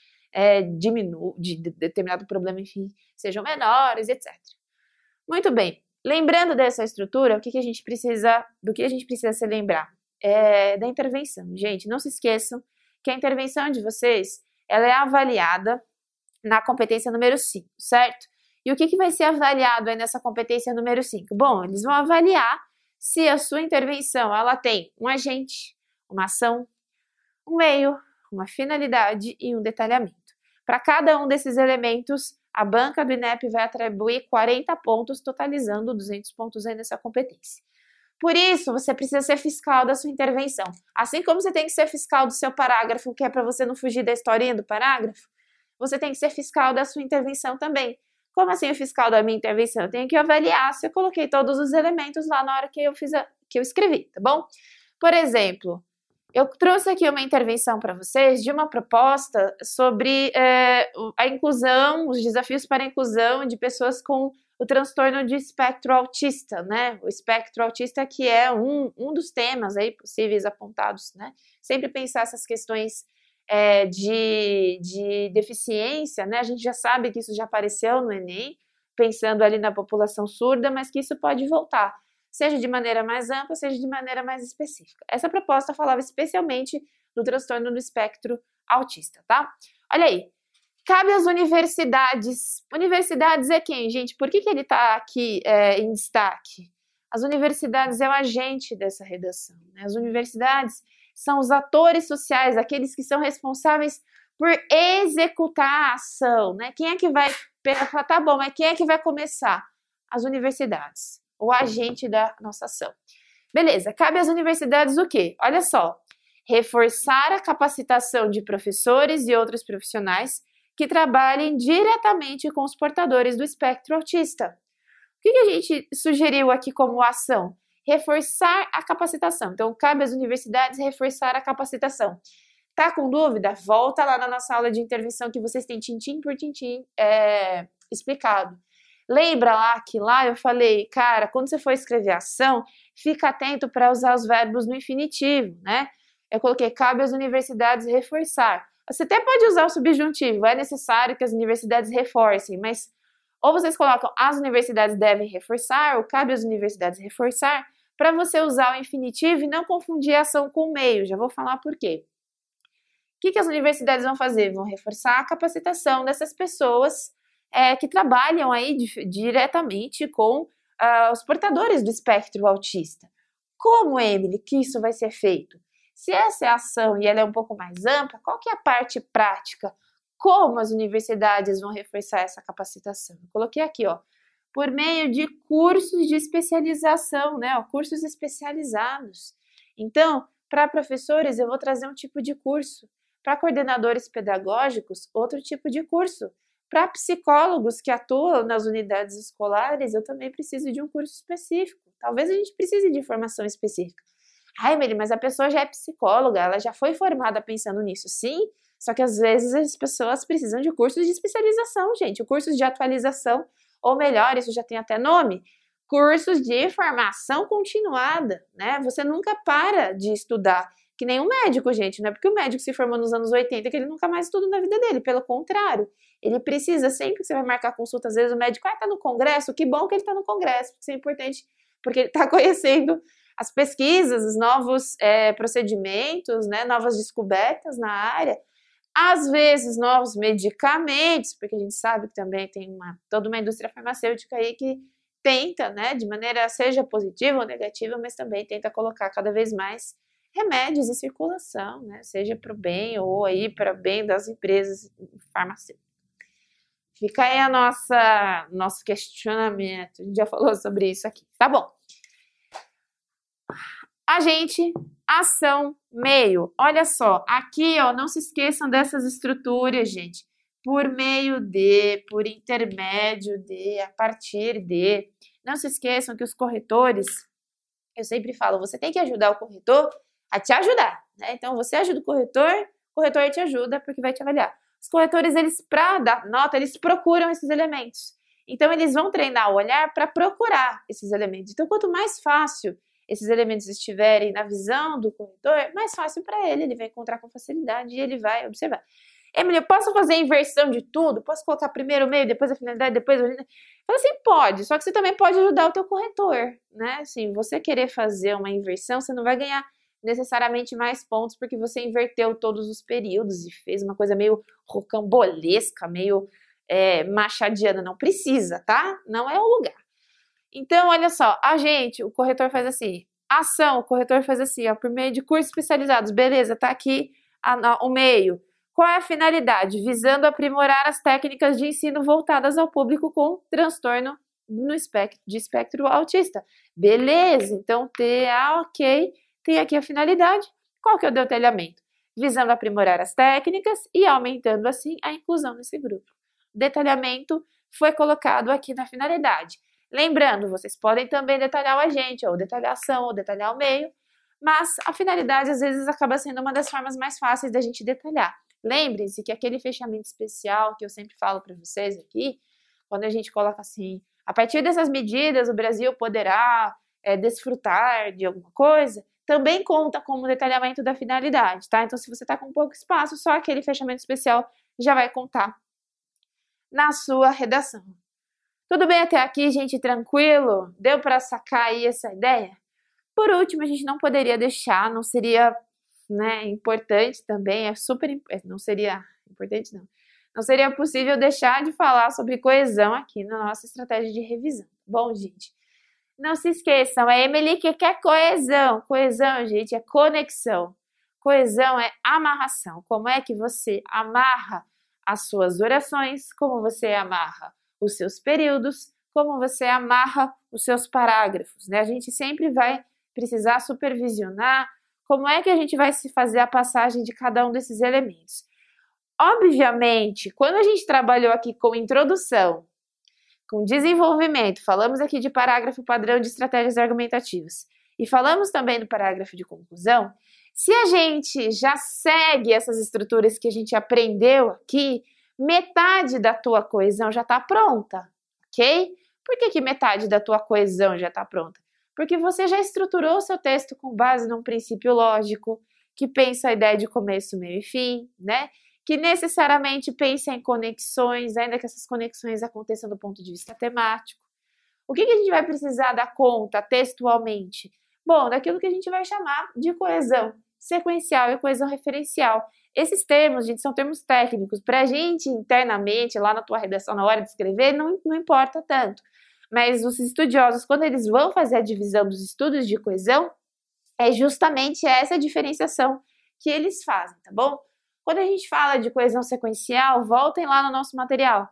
de determinado problema, enfim, sejam menores, etc. Muito bem. Lembrando dessa estrutura, do que a gente precisa se lembrar? Da intervenção. Gente, não se esqueçam que a intervenção de vocês, ela é avaliada na competência número 5, certo? E o que vai ser avaliado aí nessa competência número 5? Bom, eles vão avaliar se a sua intervenção, ela tem um agente, uma ação, um meio, uma finalidade e um detalhamento. Para cada um desses elementos, a banca do INEP vai atribuir 40 pontos, totalizando 200 pontos aí nessa competência. Por isso, você precisa ser fiscal da sua intervenção. Assim como você tem que ser fiscal do seu parágrafo, que é para você não fugir da historinha do parágrafo, você tem que ser fiscal da sua intervenção também. Como assim o fiscal da minha intervenção? Eu tenho que avaliar se eu coloquei todos os elementos lá na hora que eu escrevi, tá bom? Por exemplo, eu trouxe aqui uma intervenção para vocês de uma proposta sobre a inclusão, os desafios para a inclusão de pessoas com o transtorno de espectro autista, né? O espectro autista que é um dos temas aí possíveis apontados, né? Sempre pensar essas questões de deficiência, né? A gente já sabe que isso já apareceu no Enem, pensando ali na população surda, mas que isso pode voltar, seja de maneira mais ampla, seja de maneira mais específica. Essa proposta falava especialmente do transtorno do espectro autista, tá? Olha aí, cabe às universidades. Universidades é quem, gente? Por que ele está aqui em destaque? As universidades é o agente dessa redação, né? As universidades são os atores sociais, aqueles que são responsáveis por executar a ação, né? Quem é que vai falar, tá bom, mas quem é que vai começar? As universidades, o agente da nossa ação. Beleza, cabe às universidades o quê? Olha só, reforçar a capacitação de professores e outros profissionais que trabalhem diretamente com os portadores do espectro autista. O que a gente sugeriu aqui como ação? Reforçar a capacitação. Então, cabe às universidades reforçar a capacitação. Tá com dúvida? Volta lá na nossa aula de intervenção que vocês têm tintim por tintim explicado. Lembra lá que lá eu falei, cara, quando você for escrever ação, fica atento para usar os verbos no infinitivo, né? Eu coloquei, cabe às universidades reforçar. Você até pode usar o subjuntivo, é necessário que as universidades reforcem, mas ou vocês colocam as universidades devem reforçar, ou cabe às universidades reforçar, para você usar o infinitivo e não confundir a ação com o meio. Já vou falar por quê. O que as universidades vão fazer? Vão reforçar a capacitação dessas pessoas que trabalham aí diretamente com os portadores do espectro autista. Como, Emily, que isso vai ser feito? Se essa é a ação e ela é um pouco mais ampla, qual que é a parte prática? Como as universidades vão reforçar essa capacitação? Eu coloquei aqui, ó, por meio de cursos de especialização, né? Ó, cursos especializados. Então, para professores, eu vou trazer um tipo de curso. Para coordenadores pedagógicos, outro tipo de curso. Para psicólogos que atuam nas unidades escolares, eu também preciso de um curso específico. Talvez a gente precise de formação específica. Ai, Meli, mas a pessoa já é psicóloga, ela já foi formada pensando nisso. Sim, só que às vezes as pessoas precisam de cursos de especialização, gente. Cursos de atualização, ou melhor, isso já tem até nome. Cursos de formação continuada, né? Você nunca para de estudar. Que nem um médico, gente, não é porque o médico se formou nos anos 80 que ele nunca mais estuda na vida dele, pelo contrário, ele precisa, sempre que você vai marcar consulta, às vezes o médico, tá no congresso, que bom que ele tá no congresso, porque isso é importante, porque ele tá conhecendo as pesquisas, os novos procedimentos, né, novas descobertas na área, às vezes novos medicamentos, porque a gente sabe que também tem toda uma indústria farmacêutica aí que tenta, né, de maneira seja positiva ou negativa, mas também tenta colocar cada vez mais remédios em circulação, né? Seja para o bem ou aí para o bem das empresas farmacêuticas. Fica aí nosso questionamento. A gente já falou sobre isso aqui. Tá bom. Agente, ação, meio. Olha só, aqui, ó, não se esqueçam dessas estruturas, gente. Por meio de, por intermédio de, a partir de. Não se esqueçam que os corretores, eu sempre falo, você tem que ajudar o corretor a te ajudar, né? Então, você ajuda o corretor te ajuda porque vai te avaliar. Os corretores, eles, para dar nota, eles procuram esses elementos. Então, eles vão treinar o olhar para procurar esses elementos. Então, quanto mais fácil esses elementos estiverem na visão do corretor, mais fácil para ele. Ele vai encontrar com facilidade e ele vai observar. Emily, eu posso fazer a inversão de tudo? Posso colocar primeiro o meio, depois a finalidade, depois a... Fala assim, pode, só que você também pode ajudar o teu corretor, né? Assim, você querer fazer uma inversão, você não vai ganhar necessariamente mais pontos porque você inverteu todos os períodos e fez uma coisa meio rocambolesca, meio machadiana. Não precisa, tá? Não é o lugar. Então, olha só, o corretor faz assim, ação, o corretor faz assim, ó, por meio de cursos especializados, beleza, tá aqui o meio. Qual é a finalidade? Visando aprimorar as técnicas de ensino voltadas ao público com transtorno de espectro autista. Beleza, então ok, tem aqui a finalidade. Qual que é o detalhamento? Visando aprimorar as técnicas e aumentando assim a inclusão nesse grupo. O detalhamento foi colocado aqui na finalidade. Lembrando, vocês podem também detalhar o agente, ou detalhar a ação, ou detalhar o meio, mas a finalidade às vezes acaba sendo uma das formas mais fáceis da gente detalhar. Lembrem-se que aquele fechamento especial que eu sempre falo para vocês aqui, quando a gente coloca assim, a partir dessas medidas o Brasil poderá desfrutar de alguma coisa, também conta como detalhamento da finalidade, tá? Então, se você está com pouco espaço, só aquele fechamento especial já vai contar na sua redação. Tudo bem até aqui, gente? Tranquilo? Deu para sacar aí essa ideia? Por último, a gente não poderia deixar, não seria, né, importante também, não seria importante não. Não seria possível deixar de falar sobre coesão aqui na nossa estratégia de revisão. Bom, gente, não se esqueçam, a Emily que quer coesão. Coesão, gente, é conexão. Coesão é amarração. Como é que você amarra as suas orações, como você amarra os seus períodos, como você amarra os seus parágrafos, né? A gente sempre vai precisar supervisionar como é que a gente vai se fazer a passagem de cada um desses elementos. Obviamente, quando a gente trabalhou aqui com introdução, com desenvolvimento, falamos aqui de parágrafo padrão de estratégias argumentativas e falamos também do parágrafo de conclusão, se a gente já segue essas estruturas que a gente aprendeu aqui, metade da tua coesão já está pronta, ok? Por que metade da tua coesão já está pronta? Porque você já estruturou o seu texto com base num princípio lógico, que pensa a ideia de começo, meio e fim, né? Que necessariamente pensa em conexões, ainda que essas conexões aconteçam do ponto de vista temático. O que a gente vai precisar dar conta textualmente? Bom, daquilo que a gente vai chamar de coesão sequencial e coesão referencial. Esses termos, gente, são termos técnicos. Para a gente, internamente, lá na tua redação, na hora de escrever, não importa tanto. Mas os estudiosos, quando eles vão fazer a divisão dos estudos de coesão, é justamente essa diferenciação que eles fazem, tá bom? Quando a gente fala de coesão sequencial, voltem lá no nosso material.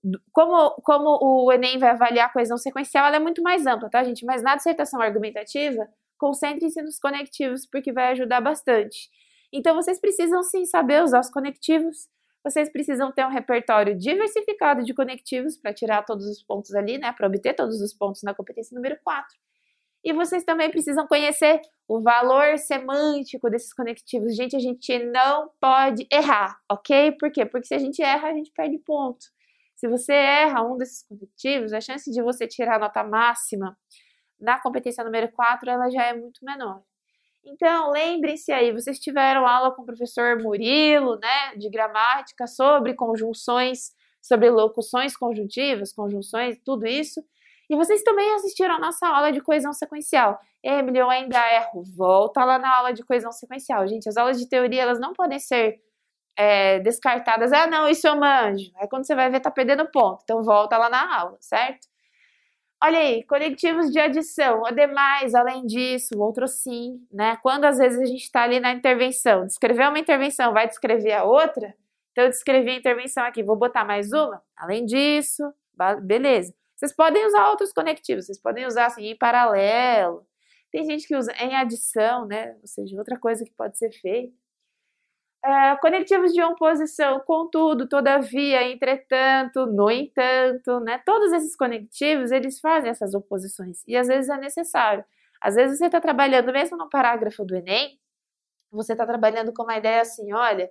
Como o Enem vai avaliar a coesão sequencial, ela é muito mais ampla, tá, gente? Mas na dissertação argumentativa, concentrem-se nos conectivos, porque vai ajudar bastante. Então, vocês precisam, sim, saber usar os conectivos. Vocês precisam ter um repertório diversificado de conectivos para tirar todos os pontos ali, né? Para obter todos os pontos na competência número 4. E vocês também precisam conhecer o valor semântico desses conectivos. Gente, a gente não pode errar, ok? Por quê? Porque se a gente erra, a gente perde ponto. Se você erra um desses conectivos, a chance de você tirar a nota máxima na competência número 4, ela já é muito menor. Então, lembrem-se aí, vocês tiveram aula com o professor Murilo, né, de gramática, sobre conjunções, sobre locuções conjuntivas, conjunções, tudo isso. E vocês também assistiram a nossa aula de coesão sequencial. Emily, eu ainda erro. Volta lá na aula de coesão sequencial. Gente, as aulas de teoria, elas não podem ser descartadas. Ah, não, isso eu manjo. Aí quando você vai ver, tá perdendo ponto. Então, volta lá na aula, certo? Olha aí, conectivos de adição, ademais, além disso, outro sim, né? Quando às vezes a gente está ali na intervenção, descrever uma intervenção, vai descrever a outra, então eu descrevi a intervenção aqui, vou botar mais uma, além disso, beleza. Vocês podem usar outros conectivos, vocês podem usar assim em paralelo, tem gente que usa em adição, né? Ou seja, outra coisa que pode ser feita. Conectivos de oposição, contudo, todavia, entretanto, no entanto, né? Todos esses conectivos, eles fazem essas oposições e às vezes é necessário. Às vezes você está trabalhando, mesmo no parágrafo do Enem, você está trabalhando com uma ideia assim, olha,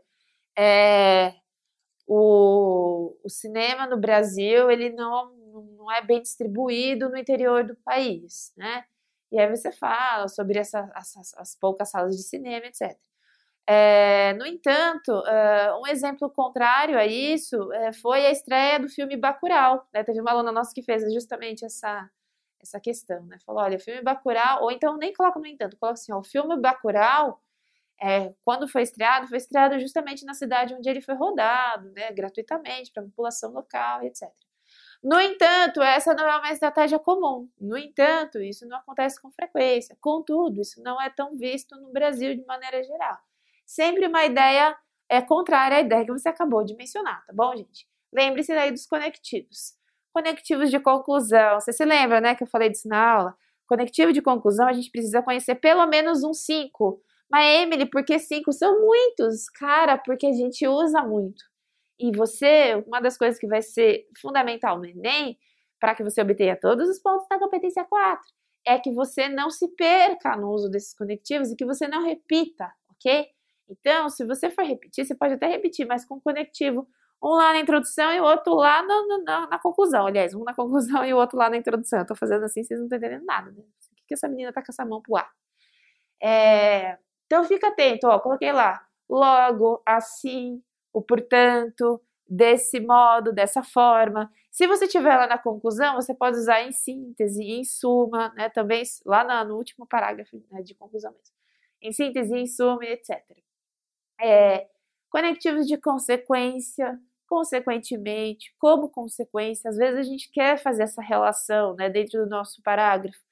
o cinema no Brasil, ele não é bem distribuído no interior do país, né? E aí você fala sobre as poucas salas de cinema, etc. No entanto, um exemplo contrário a isso foi a estreia do filme Bacurau, né? Teve uma aluna nossa que fez justamente essa questão, né? Falou, olha, o filme Bacurau, ou então nem coloca no entanto, coloca assim, ó, o filme Bacurau, quando foi estreado justamente na cidade onde ele foi rodado, né? Gratuitamente para a população local, etc. No entanto, essa não é uma estratégia comum. No entanto, isso não acontece com frequência. Contudo, isso não é tão visto no Brasil de maneira geral. Sempre uma ideia contrária à ideia que você acabou de mencionar, tá bom, gente? Lembre-se daí dos conectivos. Conectivos de conclusão. Você se lembra, né, que eu falei disso na aula? Conectivo de conclusão, a gente precisa conhecer pelo menos uns 5. Mas, Emily, por que 5? São muitos. Cara, porque a gente usa muito. E uma das coisas que vai ser fundamental no Enem, para que você obtenha todos os pontos da competência 4, é que você não se perca no uso desses conectivos e que você não repita, ok? Então, se você for repetir, você pode até repetir, mas com conectivo, um lá na introdução e o outro lá na conclusão. Aliás, um na conclusão e o outro lá na introdução. Eu tô fazendo assim, vocês não estão entendendo nada, né? Por que essa menina tá com essa mão pro ar? Então, fica atento, ó, coloquei lá. Logo, assim, o portanto, desse modo, dessa forma. Se você tiver lá na conclusão, você pode usar em síntese, em suma, né? Também lá no último parágrafo, né, de conclusão mesmo. Em síntese, em suma, etc. Conectivos de consequência, consequentemente, como consequência. Às vezes a gente quer fazer essa relação, né, dentro do nosso parágrafo.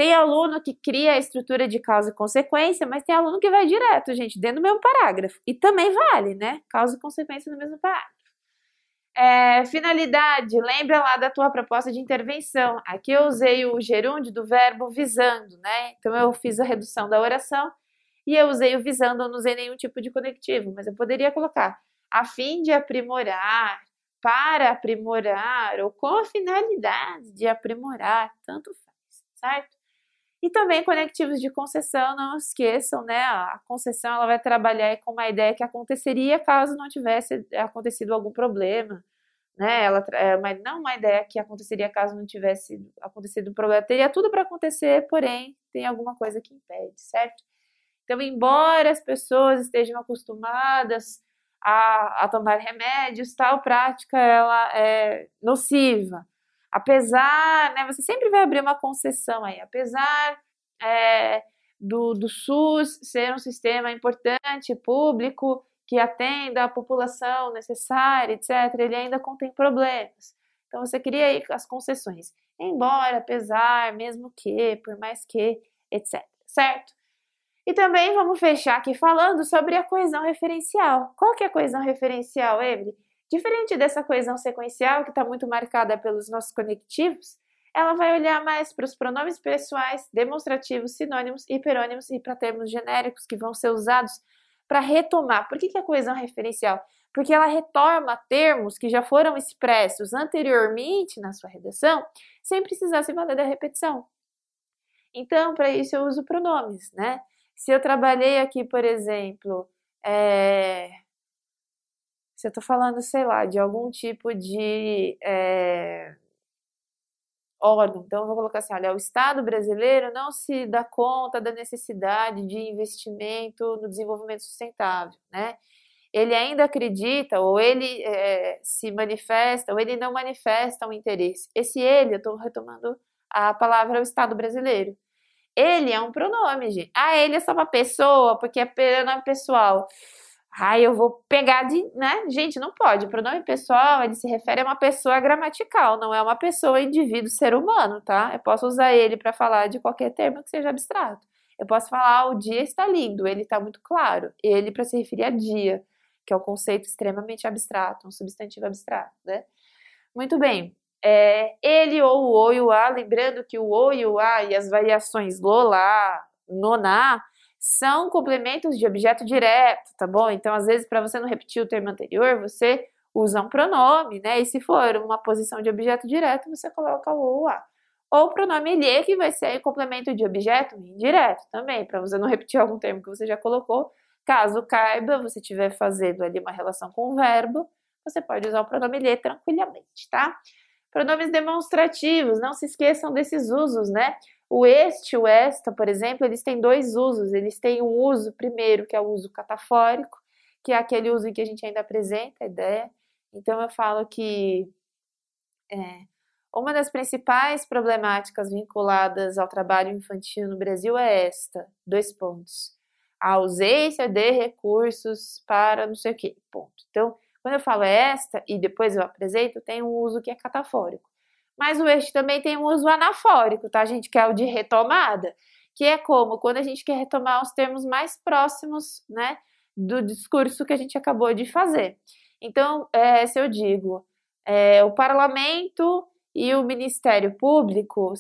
Tem aluno que cria a estrutura de causa e consequência, mas tem aluno que vai direto, gente, dentro do mesmo parágrafo. E também vale, né? Causa e consequência no mesmo parágrafo. Finalidade, lembra lá da tua proposta de intervenção. Aqui eu usei o gerúndio do verbo visando, né? Então eu fiz a redução da oração e eu usei o visando, eu não usei nenhum tipo de conectivo, mas eu poderia colocar a fim de aprimorar, para aprimorar, ou com a finalidade de aprimorar, tanto faz, certo? E também conectivos de concessão, não esqueçam, né? A concessão ela vai trabalhar com uma ideia que aconteceria caso não tivesse acontecido algum problema, né? Mas não uma ideia que aconteceria caso não tivesse acontecido um problema. Teria tudo para acontecer, porém tem alguma coisa que impede, certo? Então, embora as pessoas estejam acostumadas a tomar remédios, tal prática ela é nociva. Apesar, né, você sempre vai abrir uma concessão aí, apesar do SUS ser um sistema importante, público, que atenda a população necessária, etc., ele ainda contém problemas. Então, você cria aí as concessões. Embora, apesar, mesmo que, por mais que, etc., certo? E também vamos fechar aqui falando sobre a coesão referencial. Qual que é a coesão referencial, Emily? Diferente dessa coesão sequencial, que está muito marcada pelos nossos conectivos, ela vai olhar mais para os pronomes pessoais, demonstrativos, sinônimos, hiperônimos e para termos genéricos que vão ser usados para retomar. Por que é coesão referencial? Porque ela retoma termos que já foram expressos anteriormente na sua redação, sem precisar se valer da repetição. Então, para isso eu uso pronomes, né? Se eu trabalhei aqui, por exemplo, se eu estou falando, sei lá, de algum tipo de órgão, então eu vou colocar assim, olha, o Estado brasileiro não se dá conta da necessidade de investimento no desenvolvimento sustentável, né? Ele ainda acredita, ou ele se manifesta, ou ele não manifesta um interesse. Esse ele, eu estou retomando a palavra o Estado brasileiro. Ele é um pronome, gente. Ele é só uma pessoa, porque é pronome pessoal. Eu vou pegar de, né? Gente, não pode. O pronome pessoal, ele se refere a uma pessoa gramatical, não é uma pessoa, indivíduo, ser humano, tá? Eu posso usar ele para falar de qualquer termo que seja abstrato. Eu posso falar, o dia está lindo, ele está muito claro. Ele para se referir a dia, que é um conceito extremamente abstrato, um substantivo abstrato, né? Muito bem. Ele ou o o e o a, lembrando que o o e o a e as variações lo, lá, no, na, são complementos de objeto direto, tá bom? Então, às vezes, para você não repetir o termo anterior, você usa um pronome, né? E se for uma posição de objeto direto, você coloca o ou ou a. Ou o pronome ele, que vai ser complemento de objeto indireto também, para você não repetir algum termo que você já colocou. Caso caiba, você estiver fazendo ali uma relação com o verbo, você pode usar o pronome ele tranquilamente, tá? Pronomes demonstrativos, não se esqueçam desses usos, né? O este, o esta, por exemplo, eles têm dois usos. Eles têm um uso primeiro, que é o uso catafórico, que é aquele uso em que a gente ainda apresenta a ideia. Então, eu falo que uma das principais problemáticas vinculadas ao trabalho infantil no Brasil é esta, dois pontos. A ausência de recursos para não sei o quê, ponto. Então, quando eu falo esta e depois eu apresento, tem um uso que é catafórico. Mas o este também tem um uso anafórico, tá, gente? Que é o de retomada, que é como quando a gente quer retomar os termos mais próximos, né, do discurso que a gente acabou de fazer. Então, se eu digo o parlamento e o Ministério Público,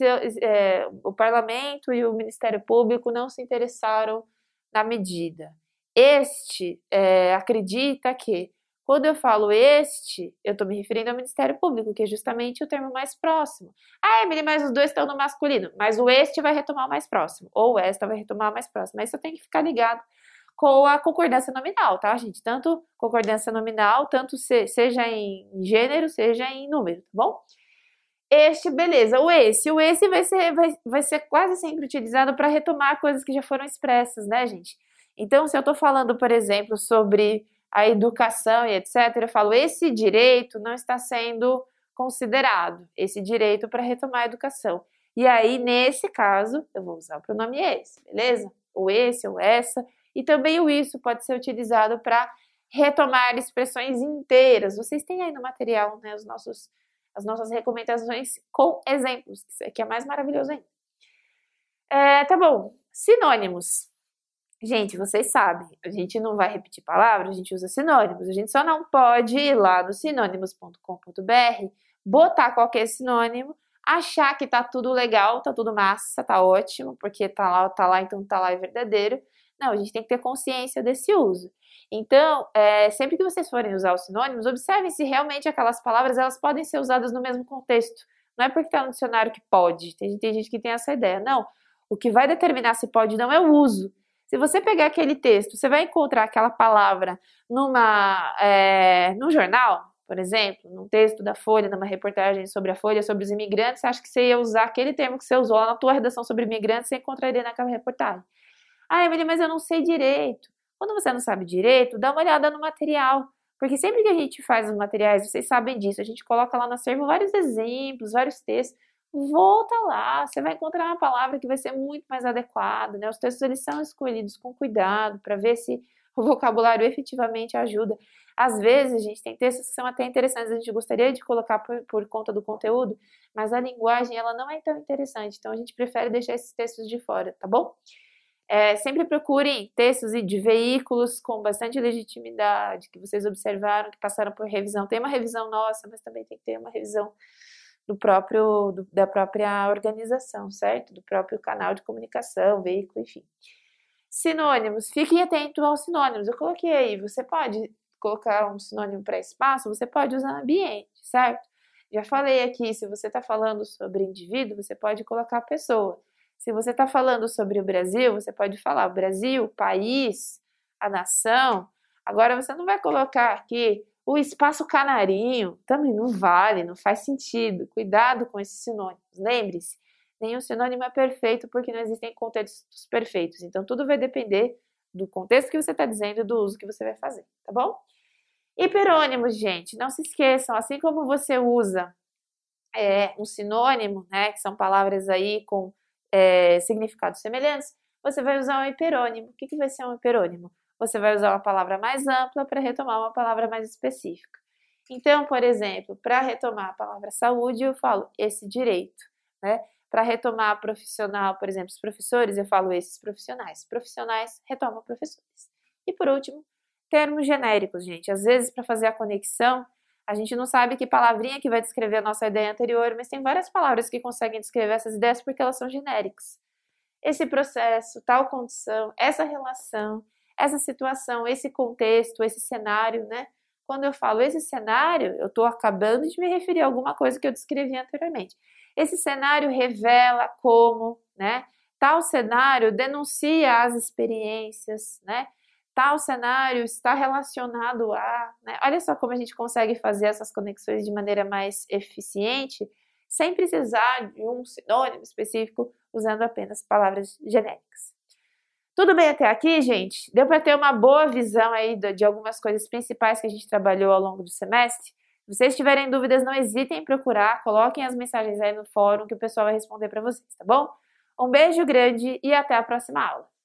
o parlamento e o Ministério Público não se interessaram na medida. Este acredita que quando eu falo este, eu estou me referindo ao Ministério Público, que é justamente o termo mais próximo. Emily, mas os dois estão no masculino. Mas o este vai retomar o mais próximo, ou esta vai retomar o mais próximo. Mas você tem que ficar ligado com a concordância nominal, tá, gente? Tanto concordância nominal, tanto seja em gênero, seja em número, tá bom? Este, beleza. O esse vai ser quase sempre utilizado para retomar coisas que já foram expressas, né, gente? Então, se eu estou falando, por exemplo, sobre a educação e etc., eu falo, esse direito não está sendo considerado, esse direito para retomar a educação. E aí, nesse caso, eu vou usar o pronome esse, beleza? O esse ou essa. E também o isso pode ser utilizado para retomar expressões inteiras. Vocês têm aí no material, né, as nossas recomendações com exemplos, que é mais maravilhoso ainda. Tá bom. Sinônimos. Gente, vocês sabem, a gente não vai repetir palavras, a gente usa sinônimos. A gente só não pode ir lá no sinônimos.com.br, botar qualquer sinônimo, achar que tá tudo legal, tá tudo massa, tá ótimo, porque tá lá, então tá lá é verdadeiro. Não, a gente tem que ter consciência desse uso. Então, sempre que vocês forem usar os sinônimos, observem se realmente aquelas palavras elas podem ser usadas no mesmo contexto. Não é porque tá no dicionário que pode. Tem gente que tem essa ideia. Não. O que vai determinar se pode ou não é o uso. Se você pegar aquele texto, você vai encontrar aquela palavra num jornal, por exemplo, num texto da Folha, numa reportagem sobre a Folha, sobre os imigrantes, você acha que você ia usar aquele termo que você usou lá na tua redação sobre imigrantes, você encontraria naquela reportagem. Ah, Emily, mas eu não sei direito. Quando você não sabe direito, dá uma olhada no material. Porque sempre que a gente faz os materiais, vocês sabem disso, a gente coloca lá no acervo vários exemplos, vários textos. Volta lá, você vai encontrar uma palavra que vai ser muito mais adequada, né? Os textos eles são escolhidos com cuidado para ver se o vocabulário efetivamente ajuda. Às vezes, a gente tem textos que são até interessantes, a gente gostaria de colocar por conta do conteúdo, mas a linguagem ela não é tão interessante, então a gente prefere deixar esses textos de fora, tá bom? Sempre procurem textos de veículos com bastante legitimidade, que vocês observaram, que passaram por revisão. Tem uma revisão nossa, mas também tem que ter uma revisão da própria organização, certo? Do próprio canal de comunicação, veículo, enfim. Sinônimos, fiquem atentos aos sinônimos. Eu coloquei aí, você pode colocar um sinônimo para espaço, você pode usar ambiente, certo? Já falei aqui, se você está falando sobre indivíduo, você pode colocar pessoa. Se você está falando sobre o Brasil, você pode falar o Brasil, o país, a nação. Agora você não vai colocar aqui o espaço canarinho, também não vale, não faz sentido. Cuidado com esses sinônimos. Lembre-se, nenhum sinônimo é perfeito porque não existem contextos perfeitos. Então tudo vai depender do contexto que você está dizendo e do uso que você vai fazer, tá bom? Hiperônimos, gente, não se esqueçam, assim como você usa um sinônimo, né, que são palavras aí com significados semelhantes, você vai usar um hiperônimo. O que vai ser um hiperônimo? Você vai usar uma palavra mais ampla para retomar uma palavra mais específica. Então, por exemplo, para retomar a palavra saúde, eu falo esse direito, né? Para retomar profissional, por exemplo, os professores, eu falo esses profissionais. Profissionais retomam professores. E por último, termos genéricos, gente. Às vezes, para fazer a conexão, a gente não sabe que palavrinha que vai descrever a nossa ideia anterior, mas tem várias palavras que conseguem descrever essas ideias porque elas são genéricas. Esse processo, tal condição, essa relação, essa situação, esse contexto, esse cenário, né? Quando eu falo esse cenário, eu estou acabando de me referir a alguma coisa que eu descrevi anteriormente. Esse cenário revela como, né? Tal cenário denuncia as experiências, né? Tal cenário está relacionado a, né? Olha só como a gente consegue fazer essas conexões de maneira mais eficiente, sem precisar de um sinônimo específico, usando apenas palavras genéricas. Tudo bem até aqui, gente? Deu para ter uma boa visão aí de algumas coisas principais que a gente trabalhou ao longo do semestre? Se vocês tiverem dúvidas, não hesitem em procurar, coloquem as mensagens aí no fórum que o pessoal vai responder para vocês, tá bom? Um beijo grande e até a próxima aula!